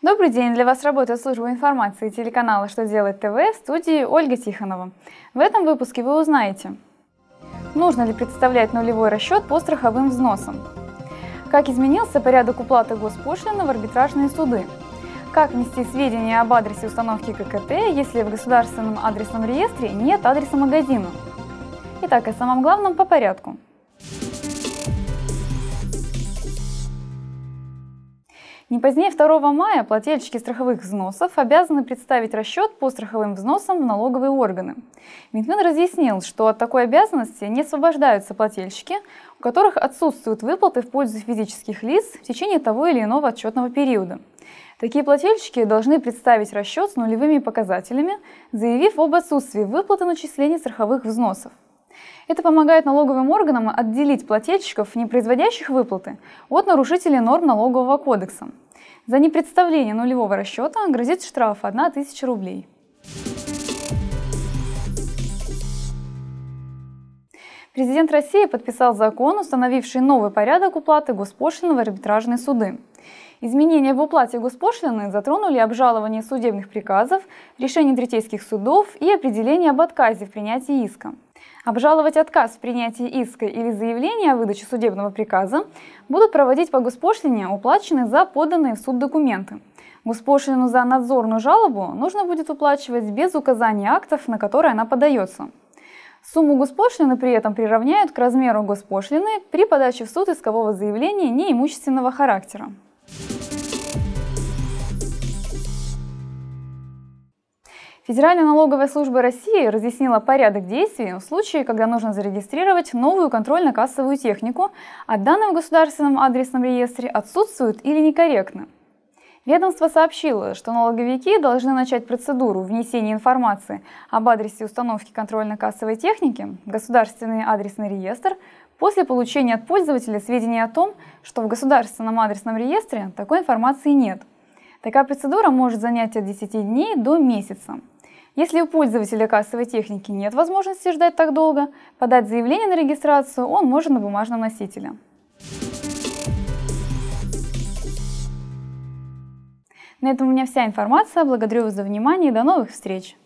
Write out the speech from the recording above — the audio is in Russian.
Добрый день! Для вас работает служба информации телеканала «Что делать ТВ», в студии Ольга Тихонова. В этом выпуске вы узнаете: нужно ли представлять нулевой расчет по страховым взносам, как изменился порядок уплаты госпошлины в арбитражные суды, как внести сведения об адресе установки ККТ, если в государственном адресном реестре нет адреса магазина. Итак, о самом главном по порядку. Не позднее 2 мая плательщики страховых взносов обязаны представить расчет по страховым взносам в налоговые органы. Минфин разъяснил, что от такой обязанности не освобождаются плательщики, у которых отсутствуют выплаты в пользу физических лиц в течение того или иного отчетного периода. Такие плательщики должны представить расчет с нулевыми показателями, заявив об отсутствии выплаты начислений страховых взносов. Это помогает налоговым органам отделить плательщиков, не производящих выплаты, от нарушителей норм налогового кодекса. За непредставление нулевого расчета грозит штраф 1000 рублей. Президент России подписал закон, установивший новый порядок уплаты госпошлины в арбитражные суды. Изменения в уплате госпошлины затронули обжалование судебных приказов, решений третейских судов и определение об отказе в принятии иска. Обжаловать отказ в принятии иска или заявления о выдаче судебного приказа будут проводить по госпошлине, уплаченной за поданные в суд документы. Госпошлину за надзорную жалобу нужно будет уплачивать без указания актов, на которые она подается. Сумму госпошлины при этом приравняют к размеру госпошлины при подаче в суд искового заявления неимущественного характера. Федеральная налоговая служба России разъяснила порядок действий в случае, когда нужно зарегистрировать новую контрольно-кассовую технику, а данные в государственном адресном реестре отсутствуют или некорректны. Ведомство сообщило, что налоговики должны начать процедуру внесения информации об адресе установки контрольно-кассовой техники в государственный адресный реестр после получения от пользователя сведений о том, что в государственном адресном реестре такой информации нет. Такая процедура может занять от 10 дней до месяца. Если у пользователя кассовой техники нет возможности ждать так долго, подать заявление на регистрацию он может на бумажном носителе. На этом у меня вся информация. Благодарю вас за внимание и до новых встреч!